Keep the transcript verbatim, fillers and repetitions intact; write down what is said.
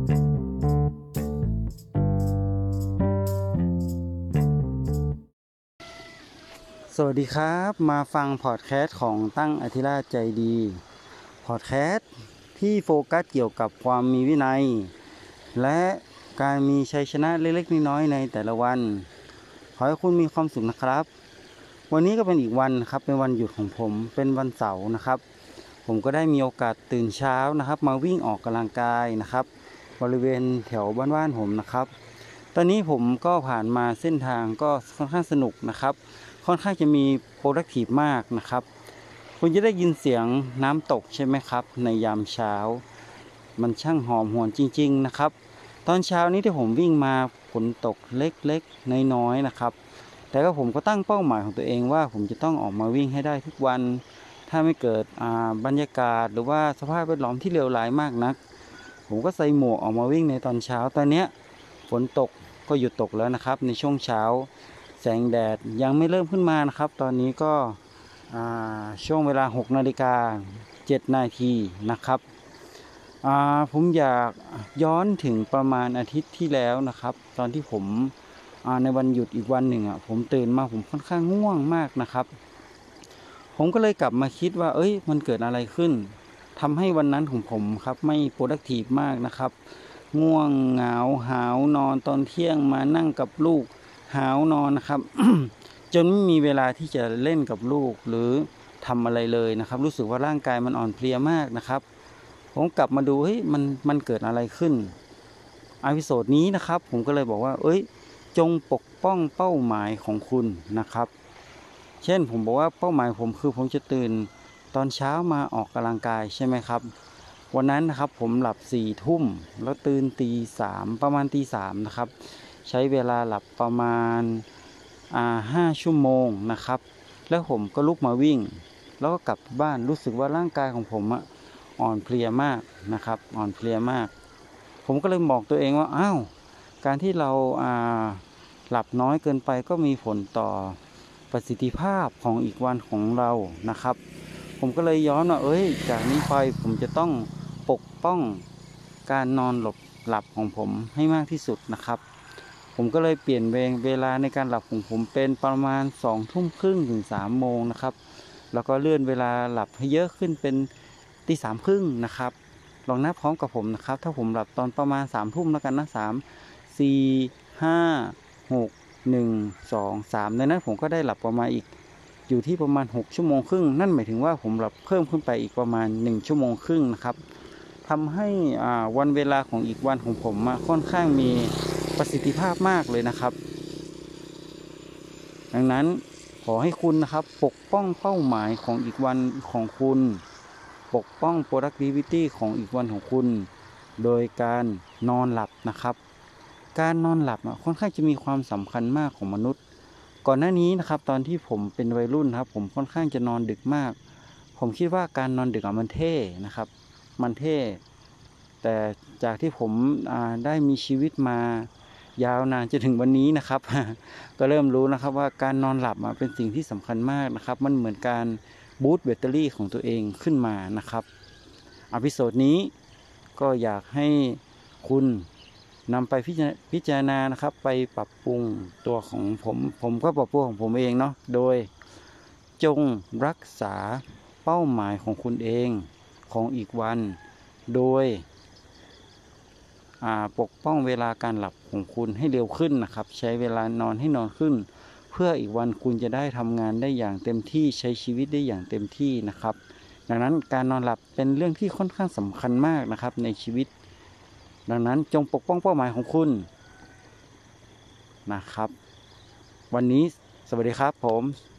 สวัสดีครับมาฟังพอดแคสต์ของตั้งอธิราชใจดีพอดแคสต์ที่โฟกัสเกี่ยวกับความมีวินัยและการมีชัยชนะเล็กๆน้อยๆในแต่ละวันขอให้คุณมีความสุขนะครับวันนี้ก็เป็นอีกวันครับเป็นวันหยุดของผมเป็นวันเสาร์นะครับผมก็ได้มีโอกาสตื่นเช้านะครับมาวิ่งออกกำลังกายนะครับบริเวณแถวบ้านๆผมนะครับตอนนี้ผมก็ผ่านมาเส้นทางก็ค่อนข้างสนุกนะครับค่อนข้างจะมี productive มากนะครับคุณจะได้ยินเสียงน้ำตกใช่ไหมครับในยามเช้ามันช่างหอมหวนจริงๆนะครับตอนเช้านี้ที่ผมวิ่งมาฝนตกเล็กๆน้อยๆนะครับแต่ก็ผมก็ตั้งเป้าหมายของตัวเองว่าผมจะต้องออกมาวิ่งให้ได้ทุกวันถ้าไม่เกิดบรรยากาศหรือว่าสภาพแวดล้อมที่เลวร้ายมากนักผมก็ใส่หมวกออกมาวิ่งในตอนเช้าตอนนี้ฝนตกก็หยุดตกแล้วนะครับในช่วงเช้าแสงแดดยังไม่เริ่มขึ้นมานะครับตอนนี้ก็ช่วงเวลาหกนาฬิกาเจ็ดนาทีนะครับผมอยากย้อนถึงประมาณอาทิตย์ที่แล้วนะครับตอนที่ผมในวันหยุดอีกวันหนึ่งอ่ะผมตื่นมาผมค่อนข้างง่วงมากนะครับผมก็เลยกลับมาคิดว่าเอ้ยมันเกิดอะไรขึ้นทำให้วันนั้นของผมครับไม่ productive มากนะครับง่วงเหงาหาวนอนตอนเที่ยงมานั่งกับลูกหาวนอนนะครับ จนไม่มีเวลาที่จะเล่นกับลูกหรือทำอะไรเลยนะครับรู้สึกว่าร่างกายมันอ่อนเพลียมากนะครับผมกลับมาดูเฮ้ยมันมันเกิดอะไรขึ้นอีพิโซดนี้นะครับผมก็เลยบอกว่าเอ้ยจงปกป้องเป้าหมายของคุณนะครับเช่นผมบอกว่าเป้าหมายผมคือผมจะตื่นตอนเช้ามาออกกำลังกายใช่ไหมครับวันนั้นนะครับผมหลับสี่ทุ่มแล้วตื่นตีสามประมาณตีสามนะครับใช้เวลาหลับประมาณอ่าห้าชั่วโมงนะครับแล้วผมก็ลุกมาวิ่งแล้วก็กลับบ้านรู้สึกว่าร่างกายของผมอ่ะอ่อนเพลียมากนะครับอ่อนเพลียมากผมก็เลยบอกตัวเองว่าอ้าวการที่เราอ่าหลับน้อยเกินไปก็มีผลต่อประสิทธิภาพของอีกวันของเรานะครับผมก็เลยย้อนว่าเอ้ยจากนี้ไปผมจะต้องปกป้องการนอนหลับหลับของผมให้มากที่สุดนะครับผมก็เลยเปลี่ยนเวลาในการหลับของผมเป็นประมาณสองทุ่มครึ่งถึงสามโมงนะครับแล้วก็เลื่อนเวลาหลับให้เยอะขึ้นเป็นตีสามครึ่งนะครับลองนับพร้อมกับผมนะครับถ้าผมหลับตอนประมาณสามทุ่มแล้วกันนะสามสี่ห้าหกหนึ่งสองสามในนั้นผมก็ได้หลับประมาณอีกอยู่ที่ประมาณหกชั่วโมงครึ่งนั่นหมายถึงว่าผมหลับเพิ่มขึ้นไปอีกประมาณหนึ่งชั่วโมงครึ่งนะครับทำให้วันเวลาของอีกวันของผมค่อนข้างมีประสิทธิภาพมากเลยนะครับดังนั้นขอให้คุณนะครับปกป้องเป้าหมายของอีกวันของคุณปกป้อง productivity ของอีกวันของคุณโดยการนอนหลับนะครับการนอนหลับค่อนข้างจะมีความสำคัญมากของมนุษย์ก่อนหน้านี้นะครับตอนที่ผมเป็นวัยรุ่นครับผมค่อนข้างจะนอนดึกมากผมคิดว่าการนอนดึกมันเท่นะครับมันเท่แต่จากที่ผมได้มีชีวิตมายาวนานจนถึงวันนี้นะครับ ก็เริ่มรู้นะครับว่าการนอนหลับเป็นสิ่งที่สำคัญมากนะครับมันเหมือนการบูสต์แบตเตอรี่ของตัวเองขึ้นมานะครับอพิโซดนี้ก็อยากให้คุณนำไปพิจารณานะครับไปปรับปรุงตัวของผมผมก็ปรับปรุงของผมเองเนาะโดยจงรักษาเป้าหมายของคุณเองของอีกวันโดยปกป้องเวลาการหลับของคุณให้เร็วขึ้นนะครับใช้เวลานอนให้นอนขึ้นเพื่ออีกวันคุณจะได้ทำงานได้อย่างเต็มที่ใช้ชีวิตได้อย่างเต็มที่นะครับดังนั้นการนอนหลับเป็นเรื่องที่ค่อนข้างสำคัญมากนะครับในชีวิตดังนั้นจงปกป้องเป้าหมายของคุณนะครับวันนี้สวัสดีครับผม